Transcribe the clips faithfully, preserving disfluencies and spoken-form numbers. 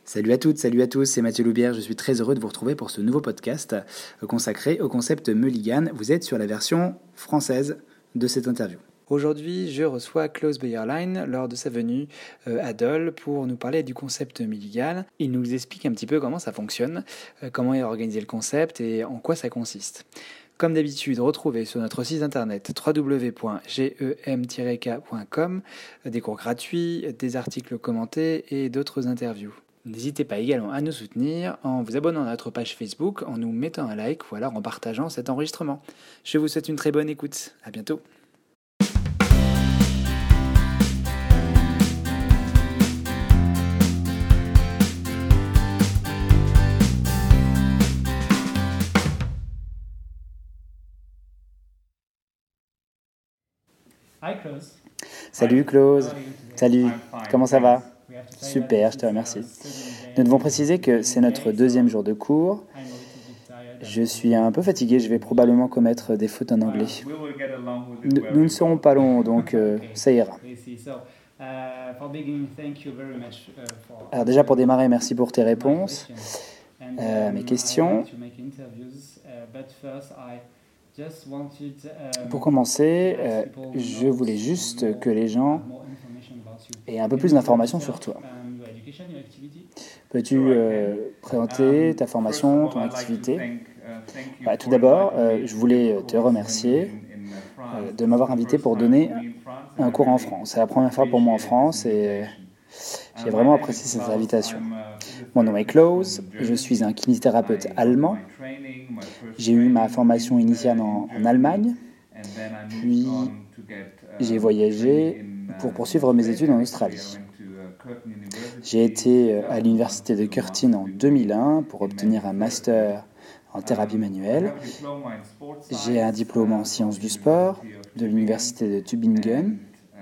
Salut à toutes, salut à tous, c'est Mathieu Loubière, je suis très heureux de vous retrouver pour ce nouveau podcast consacré au concept Mulligan. Vous êtes sur la version française de cette interview. Aujourd'hui, je reçois Klaus Beyerlein lors de sa venue à Dole pour nous parler du concept Mulligan. Il nous explique un petit peu comment ça fonctionne, comment est organisé le concept et en quoi ça consiste. Comme d'habitude, retrouvez sur notre site internet w w w point gem tiret k point com des cours gratuits, des articles commentés et d'autres interviews. N'hésitez pas également à nous soutenir en vous abonnant à notre page Facebook, en nous mettant un like ou alors en partageant cet enregistrement. Je vous souhaite une très bonne écoute. À bientôt. Hi Klaus. Salut Klaus. Salut. Comment ça va ? Super, je te remercie. Nous devons préciser que c'est notre deuxième jour de cours. Je suis un peu fatigué, je vais probablement commettre des fautes en anglais. Nous, nous ne serons pas longs, donc euh, ça ira. Alors déjà pour démarrer, merci pour tes réponses euh, à mes questions. Pour commencer, euh, je voulais juste que les gens aient un peu plus d'informations sur toi. Peux-tu euh, présenter ta formation, ton activité ? Bah, tout d'abord, euh, je voulais te remercier euh, de m'avoir invité pour donner un cours en France. C'est la première fois pour moi en France et j'ai vraiment apprécié cette invitation. Mon nom est Klaus, je suis un kinésithérapeute allemand. J'ai eu ma formation initiale en, en Allemagne, puis j'ai voyagé pour poursuivre mes études en Australie. J'ai été à l'université de Curtin en deux mille un pour obtenir un master en thérapie manuelle. J'ai un diplôme en sciences du sport de l'université de Tübingen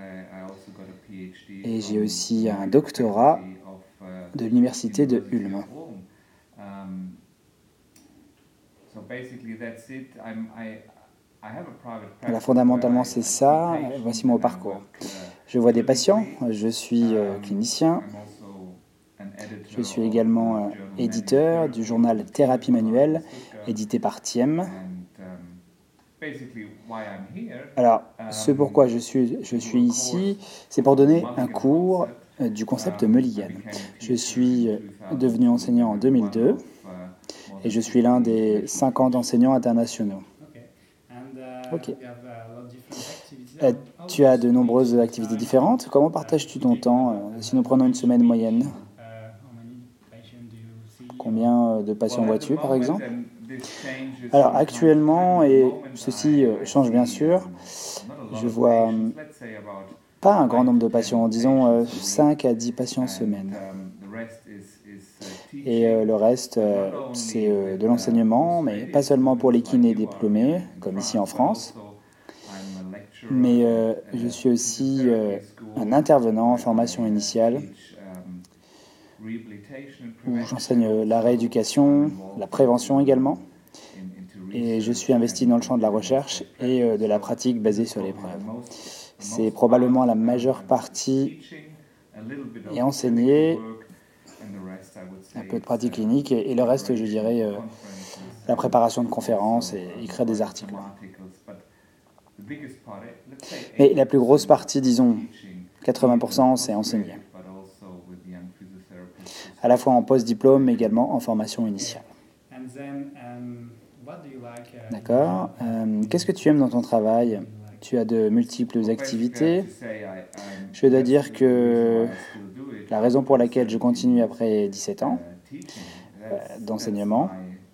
et j'ai aussi un doctorat de l'université de Ulm. Alors, fondamentalement, c'est ça. Voici mon parcours. Je vois des patients, je suis euh, clinicien, je suis également euh, éditeur du journal Thérapie manuelle, édité par Thiem. Alors, ce pourquoi je suis, je suis ici, c'est pour donner un cours euh, du concept Mulligan. Je suis devenu enseignant en deux mille deux et je suis l'un des cinquante enseignants internationaux. Ok. Euh, tu as de nombreuses activités différentes. Comment partages-tu ton temps euh, si nous prenons une semaine moyenne ? Combien de patients vois-tu, par exemple ? Alors, actuellement, et ceci euh, change bien sûr, je vois euh, pas un grand nombre de patients, disons euh, cinq à dix patients semaine. Et euh, le reste, euh, c'est euh, de l'enseignement, mais pas seulement pour les kinés diplômés, comme ici en France. Mais euh, je suis aussi euh, un intervenant en formation initiale où j'enseigne la rééducation, la prévention également. Et je suis investi dans le champ de la recherche et euh, de la pratique basée sur l'épreuve. C'est probablement la majeure partie est enseignée, un peu de pratique clinique et, et le reste, je dirais, euh, la préparation de conférences et écrire des articles. Mais la plus grosse partie, disons, quatre-vingts pour cent, c'est enseigner. À la fois en post-diplôme, mais également en formation initiale. D'accord. Euh, qu'est-ce que tu aimes dans ton travail ? Tu as de multiples activités. Je dois dire que la raison pour laquelle je continue après dix-sept ans euh, d'enseignement,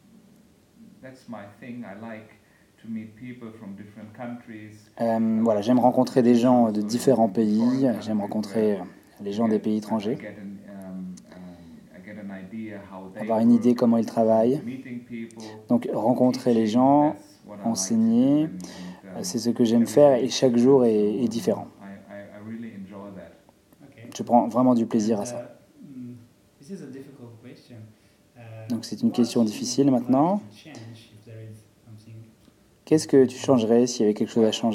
Euh, voilà, j'aime rencontrer des gens de différents pays, j'aime rencontrer les gens des pays étrangers, avoir une idée comment ils travaillent. Donc rencontrer les gens, enseigner, c'est ce que j'aime faire et chaque jour est, est différent. Je prends vraiment du plaisir à ça. Donc c'est une question difficile maintenant. Qu'est-ce que tu changerais s'il y avait quelque chose à changer ?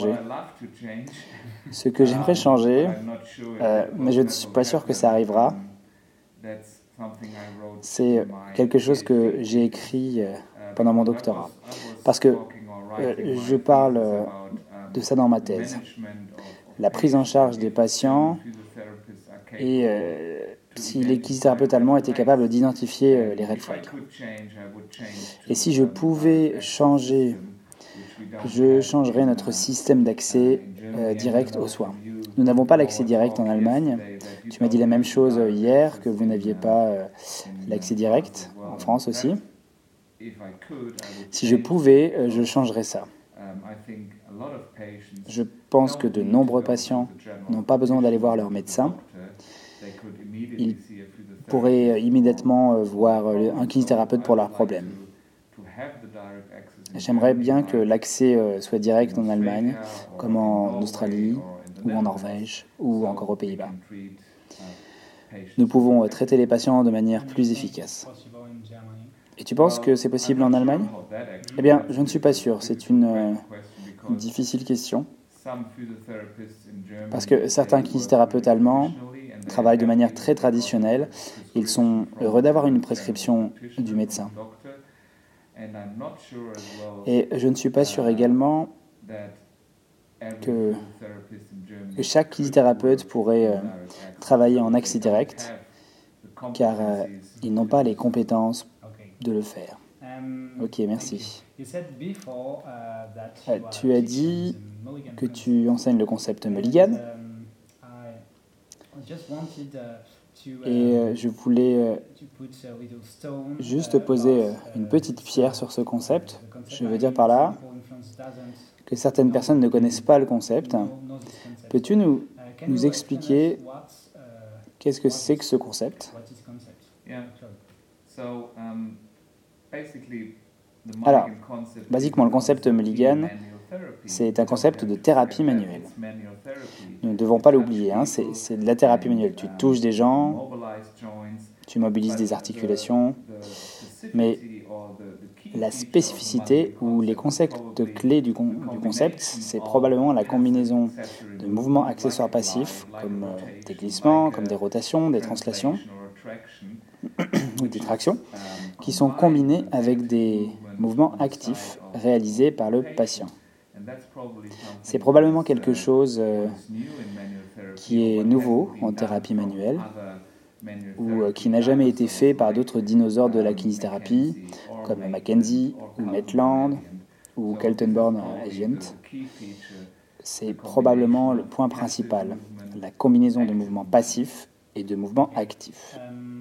Ce que j'aimerais changer, euh, mais je ne suis pas sûr que ça arrivera, C'est quelque chose que j'ai écrit pendant mon doctorat. Parce que euh, je parle euh, de ça dans ma thèse. La prise en charge des patients et euh, si les kinésithérapeutes allemands étaient capables d'identifier euh, les red flags. Et si je pouvais changer, je changerais notre système d'accès euh, direct aux soins. Nous n'avons pas l'accès direct en Allemagne. Tu m'as dit la même chose hier, que vous n'aviez pas euh, l'accès direct, en France aussi. Si je pouvais, euh, je changerais ça. Je pense que de nombreux patients n'ont pas besoin d'aller voir leur médecin. Ils pourraient immédiatement voir un kinésithérapeute pour leurs problèmes. J'aimerais bien que l'accès soit direct en Allemagne, comme en Australie, ou en Norvège, ou encore aux Pays-Bas. Nous pouvons traiter les patients de manière plus efficace. Et tu penses que c'est possible en Allemagne? Eh bien, je ne suis pas sûr. C'est une, euh, une difficile question. Parce que certains kinésithérapeutes allemands travaillent de manière très traditionnelle. Ils sont heureux d'avoir une prescription du médecin. Et je ne suis pas sûr également que, que chaque kinésithérapeute pourrait euh, travailler en accès direct, car euh, ils n'ont pas les compétences de le faire. Ok, merci. Euh, tu as dit que tu enseignes le concept Mulligan. Et euh, je voulais euh, juste poser euh, une petite pierre sur ce concept. Je veux dire par là que certaines personnes ne connaissent pas le concept. Peux-tu nous, nous expliquer qu'est-ce que c'est que ce concept? Alors, basiquement, le concept Mulligan, c'est un concept de thérapie manuelle. Nous ne devons pas l'oublier, hein, c'est, c'est de la thérapie manuelle. Tu touches des gens, tu mobilises des articulations, mais la spécificité ou les concepts clés du, con, du concept, c'est probablement la combinaison de mouvements accessoires passifs, comme euh, des glissements, comme des rotations, des translations, ou des tractions, qui sont combinés avec des mouvements actifs réalisés par le patient. C'est probablement quelque chose euh, qui est nouveau en thérapie manuelle ou euh, qui n'a jamais été fait par d'autres dinosaures de la kinésithérapie, comme Mackenzie ou Maitland ou Kaltenborn Agent. C'est probablement le point principal, la combinaison de mouvements passifs et de mouvements actifs.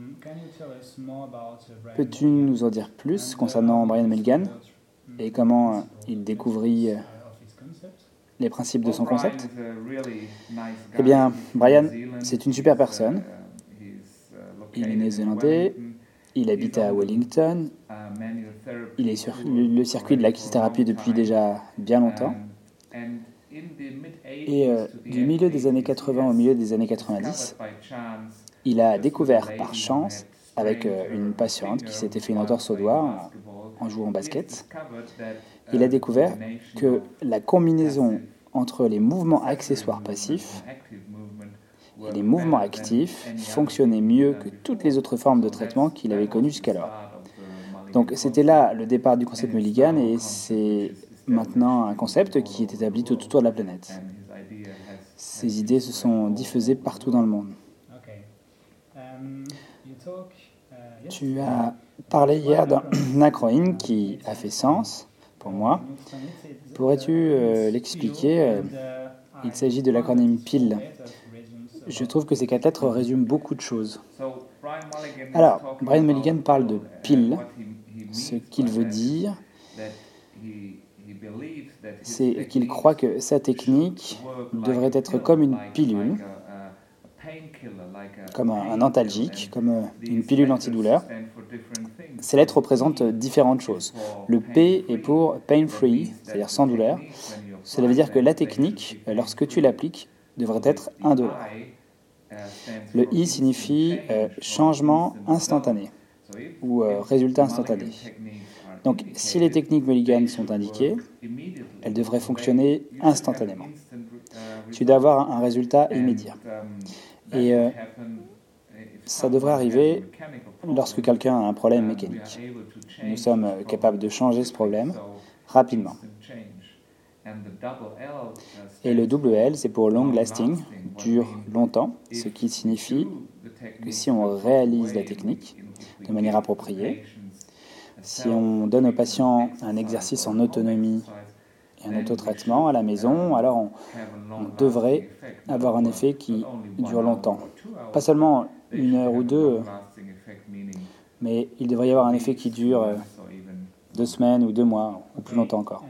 Peux-tu nous en dire plus concernant Brian Mulligan et comment il découvrit les principes de son concept? Eh bien, Brian, c'est une super personne. Il est néo-zélandais, il habite à Wellington, il est sur le circuit de la kinésithérapie depuis déjà bien longtemps. Et euh, du milieu des années quatre-vingts au milieu des années quatre-vingt-dix, il a découvert par chance, avec euh, une patiente qui s'était fait une entorse au doigt en, en jouant au basket, il a découvert que la combinaison entre les mouvements accessoires passifs et les mouvements actifs fonctionnait mieux que toutes les autres formes de traitement qu'il avait connues jusqu'alors. Donc c'était là le départ du concept Mulligan et c'est maintenant un concept qui est établi tout autour de la planète. Ces idées se sont diffusées partout dans le monde. Tu as parlé hier d'un acronyme qui a fait sens pour moi. Pourrais-tu euh, l'expliquer? euh, Il s'agit de l'acronyme P I L. Je trouve que ces quatre lettres résument beaucoup de choses. Alors, Brian Mulligan parle de P I L. Ce qu'il veut dire, c'est qu'il croit que sa technique devrait être comme une pilule, comme un antalgique, comme une pilule antidouleur. Ces lettres représentent différentes choses. Le P est pour pain-free, c'est-à-dire sans douleur. Cela veut dire que la technique, lorsque tu l'appliques, devrait être indolore. Le I signifie euh, changement instantané ou euh, résultat instantané. Donc, si les techniques Mulligan sont indiquées, elles devraient fonctionner instantanément. Tu dois avoir un résultat immédiat. Et euh, ça devrait arriver lorsque quelqu'un a un problème mécanique. Nous sommes capables de changer ce problème rapidement. Et le double L, c'est pour long lasting, dure longtemps, ce qui signifie que si on réalise la technique de manière appropriée, si on donne aux patients un exercice en autonomie et un autotraitement à la maison, alors on, on devrait avoir un effet qui dure longtemps. Pas seulement une heure ou deux, mais il devrait y avoir un effet qui dure deux semaines ou deux mois, ou plus longtemps encore.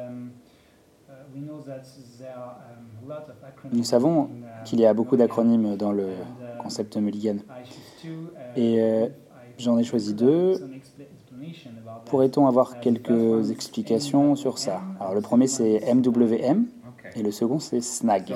Nous savons qu'il y a beaucoup d'acronymes dans le concept Mulligan. Et euh, j'en ai choisi deux. Pourrait-on avoir quelques explications sur ça? Alors le premier c'est M W M et le second c'est SNAG.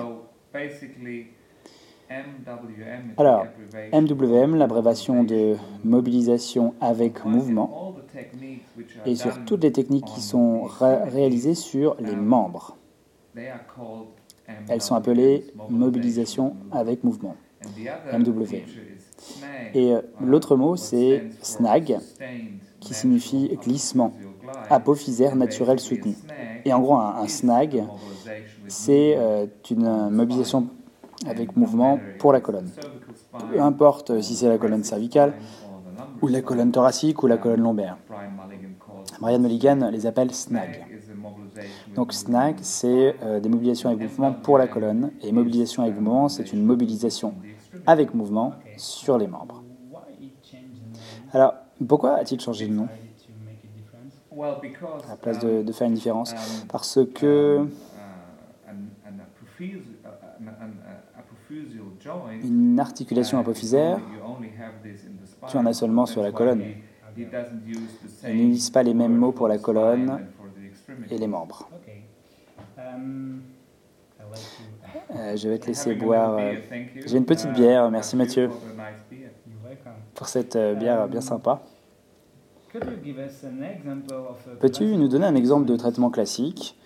Alors, M W M, l'abréviation de mobilisation avec mouvement, et sur toutes les techniques qui sont ré- réalisées sur les membres. Elles sont appelées mobilisation avec mouvement, M W M. Et euh, l'autre mot, c'est SNAG, qui signifie glissement, apophysaire naturel soutenu. Et en gros, un, un SNAG, c'est euh, une mobilisation avec mouvement pour la colonne. Peu importe si c'est la colonne cervicale, ou la colonne thoracique, ou la colonne lombaire. Brian Mulligan les appelle SNAG. Donc SNAG, c'est euh, des mobilisations avec mouvement pour la colonne, et mobilisation avec mouvement, c'est une mobilisation avec mouvement sur les membres. Alors, pourquoi a-t-il changé de nom à la place de, de faire une différence? Parce que une articulation apophysaire, tu en as seulement sur la colonne. Ils n'utilisent pas les mêmes mots pour la colonne et les membres. Euh, je vais te laisser boire. Euh, j'ai une petite bière. Merci Mathieu pour cette euh, bière bien sympa. Peux-tu nous donner un exemple de traitement classique?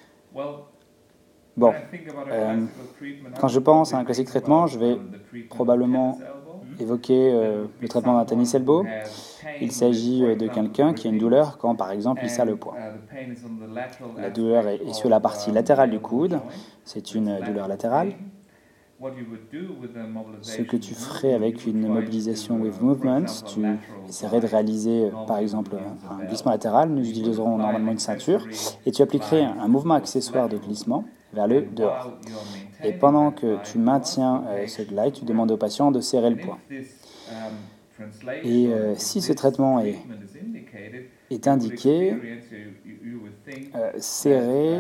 Bon, euh, quand je pense à un classique traitement, je vais probablement évoquer euh, le traitement d'un tennis elbow. Il s'agit euh, de quelqu'un qui a une douleur quand, par exemple, il serre le poing. La douleur est, est sur la partie latérale du coude. C'est une douleur latérale. Ce que tu ferais avec une mobilisation with movement, tu essaierais de réaliser, par exemple, un glissement latéral. Nous utiliserons normalement une ceinture et tu appliquerais un mouvement accessoire de glissement vers le dehors. Et pendant que tu maintiens euh, ce glide, tu demandes au patient de serrer le poing. Et euh, si ce traitement est, est indiqué, euh, serrer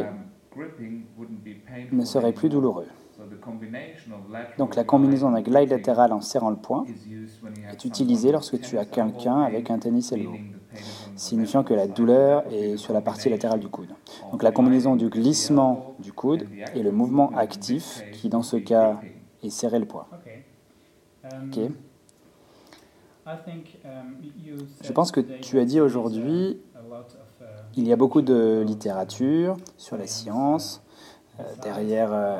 ne serait plus douloureux. Donc la combinaison d'un glide latéral en serrant le poing est utilisée lorsque tu as quelqu'un avec un tennis elbow, signifiant que la douleur est sur la partie latérale du coude. Donc la combinaison du glissement du coude et le mouvement actif, qui dans ce cas est serrer le poing. Ok. Je pense que tu as dit aujourd'hui, il y a beaucoup de littérature sur la science, euh, derrière euh,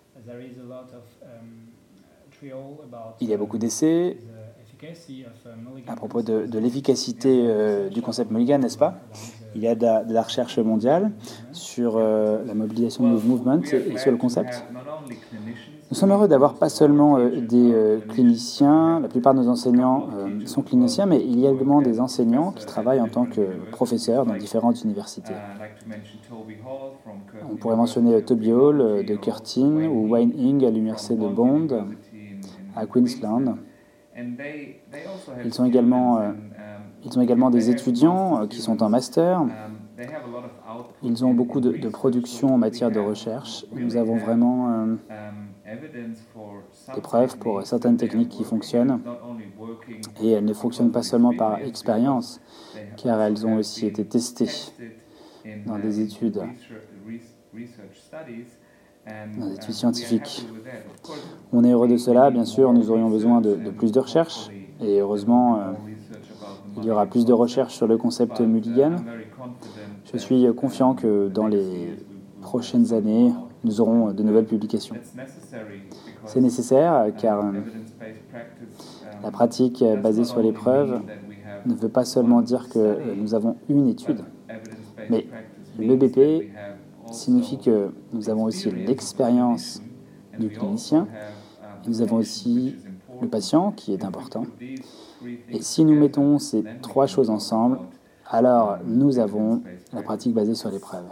il y a beaucoup d'essais à propos de, de l'efficacité euh, du concept Mulligan, n'est-ce pas? Il y a de la, de la recherche mondiale sur euh, la mobilisation de movement et, et sur le concept. Nous sommes heureux d'avoir pas seulement euh, des euh, cliniciens, la plupart de nos enseignants euh, sont cliniciens, mais il y a également des enseignants qui travaillent en tant que professeurs dans différentes universités. On pourrait mentionner Toby Hall euh, de Curtin ou Wayne Ing à l'université de Bond à Queensland. Ils sont également, euh, ils ont également des étudiants euh, qui sont en master. Ils ont beaucoup de, de production en matière de recherche. Nous avons vraiment euh, des preuves pour certaines techniques qui fonctionnent. Et elles ne fonctionnent pas seulement par expérience, car elles ont aussi été testées dans des études, dans des études scientifiques. On est heureux de cela. Bien sûr, nous aurions besoin de, de plus de recherche. Et heureusement, euh, il y aura plus de recherche sur le concept Mulligan. Je suis confiant que dans les prochaines années, nous aurons de nouvelles publications. C'est nécessaire car La pratique basée sur les preuves ne veut pas seulement dire que nous avons une étude, mais l'E B P signifie que nous avons aussi l'expérience du clinicien, et nous avons aussi le patient, qui est important. Et si nous mettons ces trois choses ensemble, alors nous avons la pratique basée sur les preuves.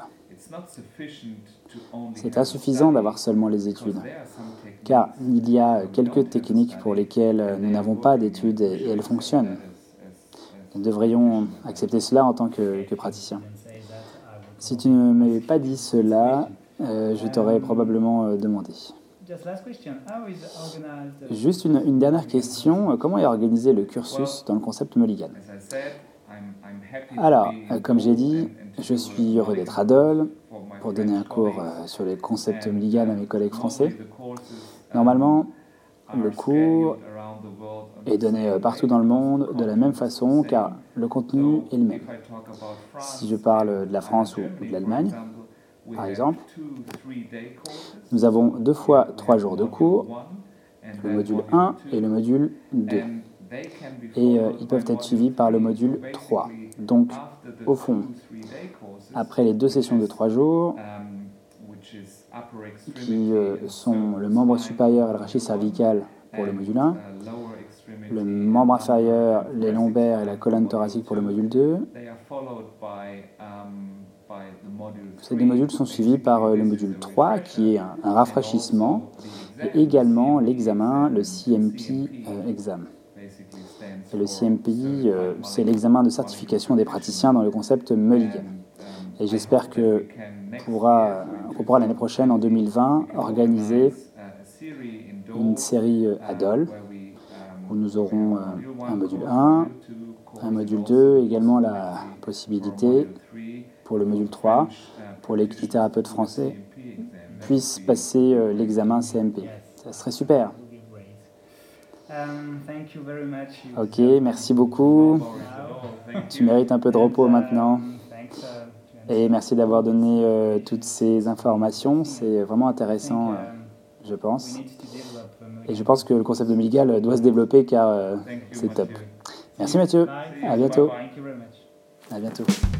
C'est insuffisant d'avoir seulement les études, car il y a quelques techniques pour lesquelles nous n'avons pas d'études et elles fonctionnent. Nous devrions accepter cela en tant que, que praticien. Si tu ne m'avais pas dit cela, euh, je t'aurais probablement euh, demandé. Juste une, une dernière question. Comment est organisé le cursus dans le concept Mulligan? Alors, euh, comme j'ai dit, je suis heureux d'être à Dole pour donner un cours euh, sur les concepts Mulligan à mes collègues français. Normalement, le cours est donné euh, partout dans le monde de la même façon, car le contenu est le même. Si je parle de la France ou de l'Allemagne, par exemple, nous avons deux fois trois jours de cours, le module un et le module deux. Et euh, ils peuvent être suivis par le module trois. Donc, au fond, après les deux sessions de trois jours, qui euh, sont le membre supérieur et le rachis cervical pour le module un, le membre inférieur, les lombaires et la colonne thoracique pour le module deux, ces deux modules sont suivis par euh, le module trois, qui est un, un rafraîchissement, et également l'examen, le C M P euh, exam. Et le C M P, euh, c'est l'examen de certification des praticiens dans le concept Mulligan. Et j'espère que pourra, qu'on pourra l'année prochaine, en deux mille vingt, organiser une série à Dole, où nous aurons euh, un module un, un module deux, également la possibilité pour le module trois, pour les kinésithérapeutes français, puissent passer euh, l'examen C M P. Ça serait super. Ok, merci beaucoup. Tu mérites un peu de repos maintenant. Et merci d'avoir donné euh, toutes ces informations. C'est vraiment intéressant, euh, je pense. Et je pense que le concept de Mulligan doit se développer car euh, c'est top. Merci Mathieu. À bientôt. À bientôt.